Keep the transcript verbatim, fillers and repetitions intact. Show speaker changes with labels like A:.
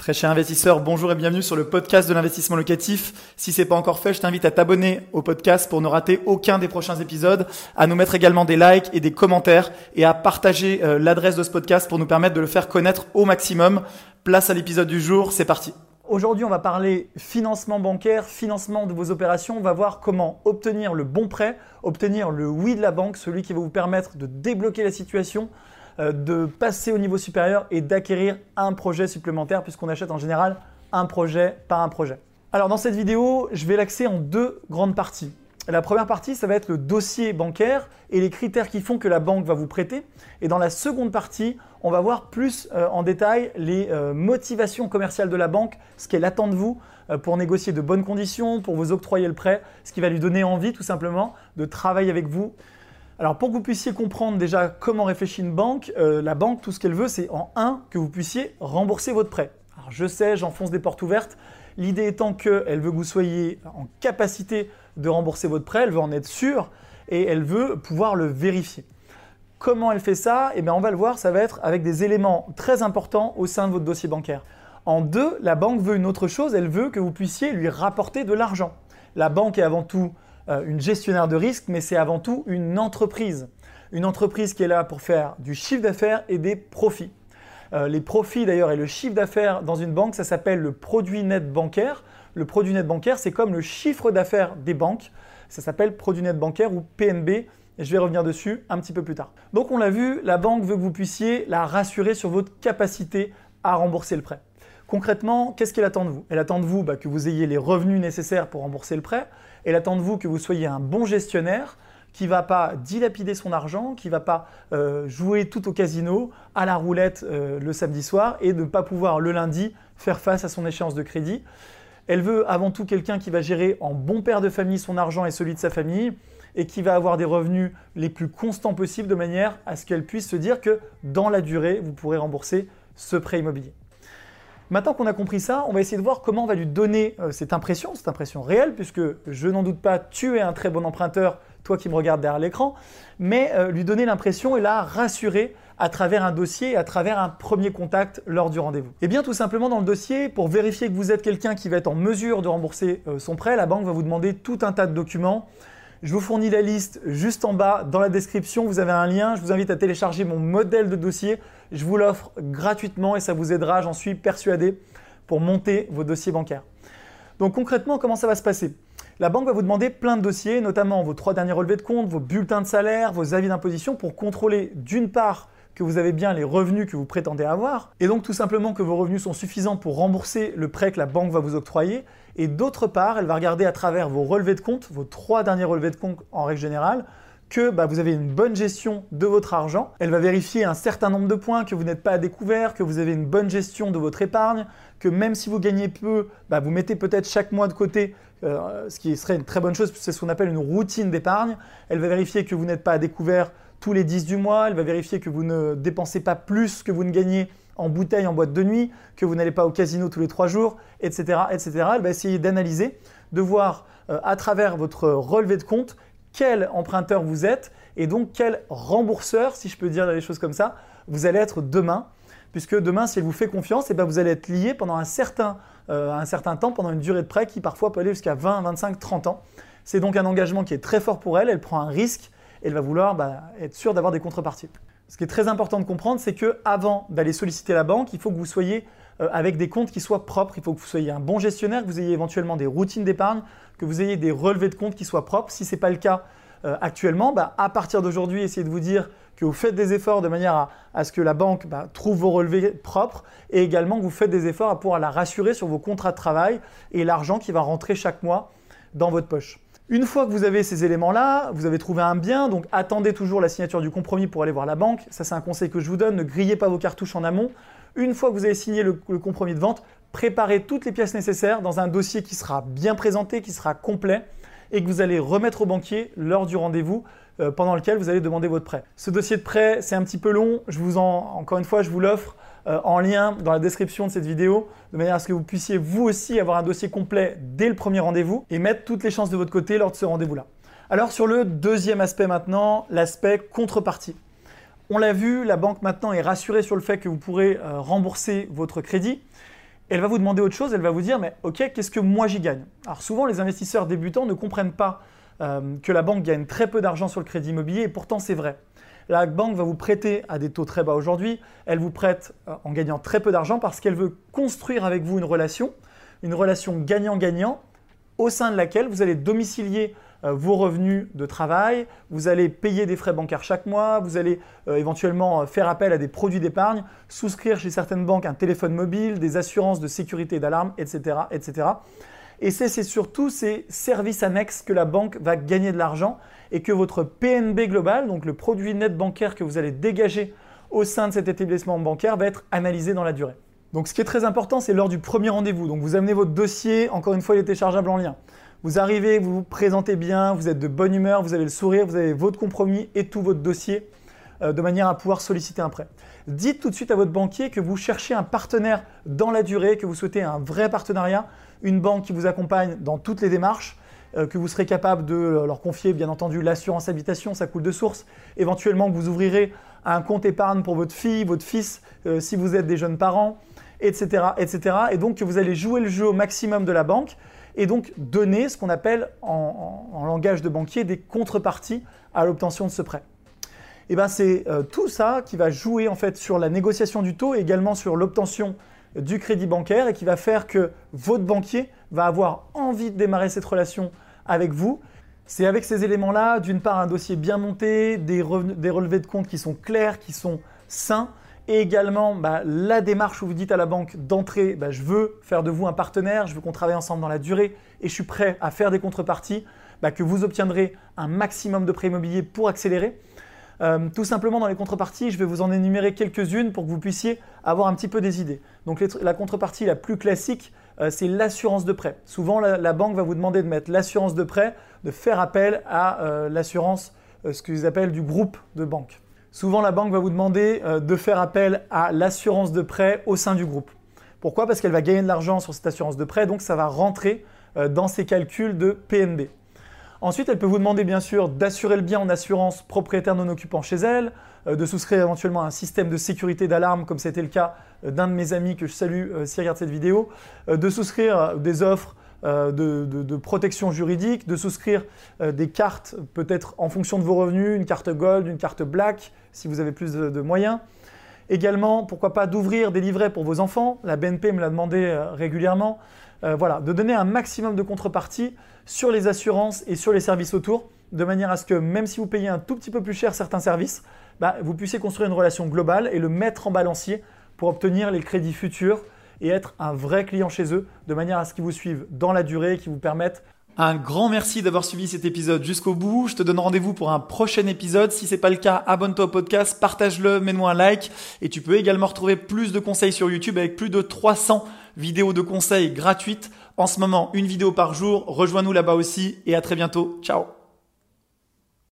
A: Très cher investisseur, bonjour et bienvenue sur le podcast de l'investissement locatif. Si ce n'est pas encore fait, je t'invite à t'abonner au podcast pour ne rater aucun des prochains épisodes, à nous mettre également des likes et des commentaires et à partager euh, l'adresse de ce podcast pour nous permettre de le faire connaître au maximum. Place à l'épisode du jour, c'est parti. Aujourd'hui, on va parler financement bancaire, financement de vos opérations. On va voir comment obtenir le bon prêt, obtenir le oui de la banque, celui qui va vous permettre de débloquer la situation, de passer au niveau supérieur et d'acquérir un projet supplémentaire puisqu'on achète en général un projet par un projet. Alors dans cette vidéo, je vais l'axer en deux grandes parties. La première partie, ça va être le dossier bancaire et les critères qui font que la banque va vous prêter. Et dans la seconde partie, on va voir plus euh, en détail les euh, motivations commerciales de la banque, ce qu'elle attend de vous euh, pour négocier de bonnes conditions, pour vous octroyer le prêt, ce qui va lui donner envie tout simplement de travailler avec vous. Alors pour que vous puissiez comprendre déjà comment réfléchit une banque, euh, la banque, tout ce qu'elle veut, c'est en un, que vous puissiez rembourser votre prêt. Alors je sais, j'enfonce des portes ouvertes. L'idée étant qu'elle veut que vous soyez en capacité de rembourser votre prêt, elle veut en être sûre et elle veut pouvoir le vérifier. Comment elle fait ça? Eh bien, on va le voir, ça va être avec des éléments très importants au sein de votre dossier bancaire. En deux, la banque veut une autre chose, elle veut que vous puissiez lui rapporter de l'argent. La banque est avant tout une gestionnaire de risque, mais c'est avant tout une entreprise. Une entreprise qui est là pour faire du chiffre d'affaires et des profits. Euh, les profits d'ailleurs et le chiffre d'affaires dans une banque, ça s'appelle le produit net bancaire. Le produit net bancaire, c'est comme le chiffre d'affaires des banques. Ça s'appelle produit net bancaire ou P N B. Et je vais revenir dessus un petit peu plus tard. Donc on l'a vu, la banque veut que vous puissiez la rassurer sur votre capacité à rembourser le prêt. Concrètement, qu'est-ce qu'elle attend de vous? Elle attend de vous bah, que vous ayez les revenus nécessaires pour rembourser le prêt. Elle attend de vous que vous soyez un bon gestionnaire qui ne va pas dilapider son argent, qui ne va pas euh, jouer tout au casino, à la roulette euh, le samedi soir et de ne pas pouvoir le lundi faire face à son échéance de crédit. Elle veut avant tout quelqu'un qui va gérer en bon père de famille son argent et celui de sa famille et qui va avoir des revenus les plus constants possibles de manière à ce qu'elle puisse se dire que dans la durée, vous pourrez rembourser ce prêt immobilier. Maintenant qu'on a compris ça, on va essayer de voir comment on va lui donner euh, cette impression, cette impression réelle, puisque je n'en doute pas, tu es un très bon emprunteur, toi qui me regardes derrière l'écran, mais euh, lui donner l'impression et la rassurer à travers un dossier, à travers un premier contact lors du rendez-vous. Et bien tout simplement dans le dossier, pour vérifier que vous êtes quelqu'un qui va être en mesure de rembourser euh, son prêt, la banque va vous demander tout un tas de documents. Je vous fournis la liste juste en bas dans la description, vous avez un lien, je vous invite à télécharger mon modèle de dossier, je vous l'offre gratuitement et ça vous aidera, j'en suis persuadé, pour monter vos dossiers bancaires. Donc concrètement, comment ça va se passer? La banque va vous demander plein de dossiers, notamment vos trois derniers relevés de compte, vos bulletins de salaire, vos avis d'imposition pour contrôler d'une part que vous avez bien les revenus que vous prétendez avoir et donc tout simplement que vos revenus sont suffisants pour rembourser le prêt que la banque va vous octroyer. Et d'autre part, elle va regarder à travers vos relevés de compte, vos trois derniers relevés de compte en règle générale, que bah, vous avez une bonne gestion de votre argent. Elle va vérifier un certain nombre de points, que vous n'êtes pas à découvert, que vous avez une bonne gestion de votre épargne, que même si vous gagnez peu, bah, vous mettez peut-être chaque mois de côté, euh, ce qui serait une très bonne chose, c'est ce qu'on appelle une routine d'épargne. Elle va vérifier que vous n'êtes pas à découvert tous les dix du mois, elle va vérifier que vous ne dépensez pas plus que vous ne gagnez en bouteille, en boîte de nuit, que vous n'allez pas au casino tous les trois jours, et cetera, et cetera. Elle va essayer d'analyser, de voir euh, à travers votre relevé de compte quel emprunteur vous êtes et donc quel rembourseur, si je peux dire les choses comme ça, vous allez être demain. Puisque demain, si elle vous fait confiance, eh bien, vous allez être lié pendant un certain, euh, un certain temps, pendant une durée de prêt qui parfois peut aller jusqu'à vingt, vingt-cinq, trente ans. C'est donc un engagement qui est très fort pour elle, elle prend un risque et elle va vouloir bah, être sûre d'avoir des contreparties. Ce qui est très important de comprendre, c'est qu'avant d'aller solliciter la banque, il faut que vous soyez euh, avec des comptes qui soient propres. Il faut que vous soyez un bon gestionnaire, que vous ayez éventuellement des routines d'épargne, que vous ayez des relevés de compte qui soient propres. Si ce n'est pas le cas euh, actuellement, bah, à partir d'aujourd'hui, essayez de vous dire que vous faites des efforts de manière à, à ce que la banque bah, trouve vos relevés propres et également que vous faites des efforts à pouvoir la rassurer sur vos contrats de travail et l'argent qui va rentrer chaque mois dans votre poche. Une fois que vous avez ces éléments-là, vous avez trouvé un bien, donc attendez toujours la signature du compromis pour aller voir la banque. Ça, c'est un conseil que je vous donne, ne grillez pas vos cartouches en amont. Une fois que vous avez signé le, le compromis de vente, préparez toutes les pièces nécessaires dans un dossier qui sera bien présenté, qui sera complet et que vous allez remettre au banquier lors du rendez-vous euh, pendant lequel vous allez demander votre prêt. Ce dossier de prêt, c'est un petit peu long. Je vous en, encore une fois, je vous l'offre euh, en lien dans la description de cette vidéo, de manière à ce que vous puissiez vous aussi avoir un dossier complet dès le premier rendez-vous et mettre toutes les chances de votre côté lors de ce rendez-vous-là. Alors sur le deuxième aspect maintenant, l'aspect contrepartie. On l'a vu, la banque maintenant est rassurée sur le fait que vous pourrez euh, rembourser votre crédit. Elle va vous demander autre chose, elle va vous dire, mais ok, qu'est-ce que moi j'y gagne? Alors souvent, les investisseurs débutants ne comprennent pas euh, que la banque gagne très peu d'argent sur le crédit immobilier et pourtant c'est vrai. La banque va vous prêter à des taux très bas aujourd'hui, elle vous prête euh, en gagnant très peu d'argent parce qu'elle veut construire avec vous une relation, une relation gagnant-gagnant au sein de laquelle vous allez domicilier euh, vos revenus de travail, vous allez payer des frais bancaires chaque mois, vous allez euh, éventuellement euh, faire appel à des produits d'épargne, souscrire chez certaines banques un téléphone mobile, des assurances de sécurité et d'alarme, et cetera, et cetera. Et c'est, c'est surtout ces services annexes que la banque va gagner de l'argent et que votre P N B global, donc le produit net bancaire que vous allez dégager au sein de cet établissement bancaire, va être analysé dans la durée. Donc ce qui est très important, c'est lors du premier rendez-vous. Donc vous amenez votre dossier, encore une fois il est téléchargeable en lien. Vous arrivez, vous vous présentez bien, vous êtes de bonne humeur, vous avez le sourire, vous avez votre compromis et tout votre dossier euh, de manière à pouvoir solliciter un prêt. Dites tout de suite à votre banquier que vous cherchez un partenaire dans la durée, que vous souhaitez un vrai partenariat, une banque qui vous accompagne dans toutes les démarches, euh, que vous serez capable de leur confier bien entendu l'assurance habitation, ça coule de source, éventuellement que vous ouvrirez un compte épargne pour votre fille, votre fils, euh, si vous êtes des jeunes parents, et cetera, et cetera. Et donc que vous allez jouer le jeu au maximum de la banque et donc donner ce qu'on appelle en, en, en langage de banquier des contreparties à l'obtention de ce prêt. Et ben c'est euh, tout ça qui va jouer en fait sur la négociation du taux et également sur l'obtention du crédit bancaire et qui va faire que votre banquier va avoir envie de démarrer cette relation avec vous. C'est avec ces éléments-là, d'une part un dossier bien monté, des, revenus, des relevés de compte qui sont clairs, qui sont sains, et également bah, la démarche où vous dites à la banque d'entrée, bah, je veux faire de vous un partenaire, je veux qu'on travaille ensemble dans la durée et je suis prêt à faire des contreparties, bah, que vous obtiendrez un maximum de prêts immobiliers pour accélérer. Euh, tout simplement dans les contreparties, je vais vous en énumérer quelques-unes pour que vous puissiez avoir un petit peu des idées. Donc les, la contrepartie la plus classique, euh, c'est l'assurance de prêt. Souvent la, la banque va vous demander de mettre l'assurance de prêt, de faire appel à euh, l'assurance, euh, ce qu'ils appellent du groupe de banque. Souvent, la banque va vous demander euh, de faire appel à l'assurance de prêt au sein du groupe. Pourquoi? Parce qu'elle va gagner de l'argent sur cette assurance de prêt, donc ça va rentrer euh, dans ses calculs de P N B. Ensuite, elle peut vous demander bien sûr d'assurer le bien en assurance propriétaire non occupant chez elle, euh, de souscrire éventuellement à un système de sécurité d'alarme comme c'était le cas euh, d'un de mes amis que je salue euh, s'il regarde cette vidéo, euh, de souscrire euh, des offres Euh, de, de, de protection juridique, de souscrire euh, des cartes peut-être en fonction de vos revenus, une carte Gold, une carte Black si vous avez plus de, de moyens. Également, pourquoi pas d'ouvrir des livrets pour vos enfants, la B N P me l'a demandé euh, régulièrement. Euh, voilà, de donner un maximum de contrepartie sur les assurances et sur les services autour, de manière à ce que même si vous payez un tout petit peu plus cher certains services, bah, vous puissiez construire une relation globale et le mettre en balancier pour obtenir les crédits futurs et être un vrai client chez eux, de manière à ce qu'ils vous suivent dans la durée et qu'ils vous permettent. Un grand merci d'avoir suivi cet épisode jusqu'au bout. Je te donne rendez-vous pour un prochain épisode. Si c'est pas le cas, abonne-toi au podcast, partage-le, mets-moi un like. Et tu peux également retrouver plus de conseils sur YouTube avec plus de trois cents vidéos de conseils gratuites. En ce moment, une vidéo par jour. Rejoins-nous là-bas aussi et à très bientôt. Ciao.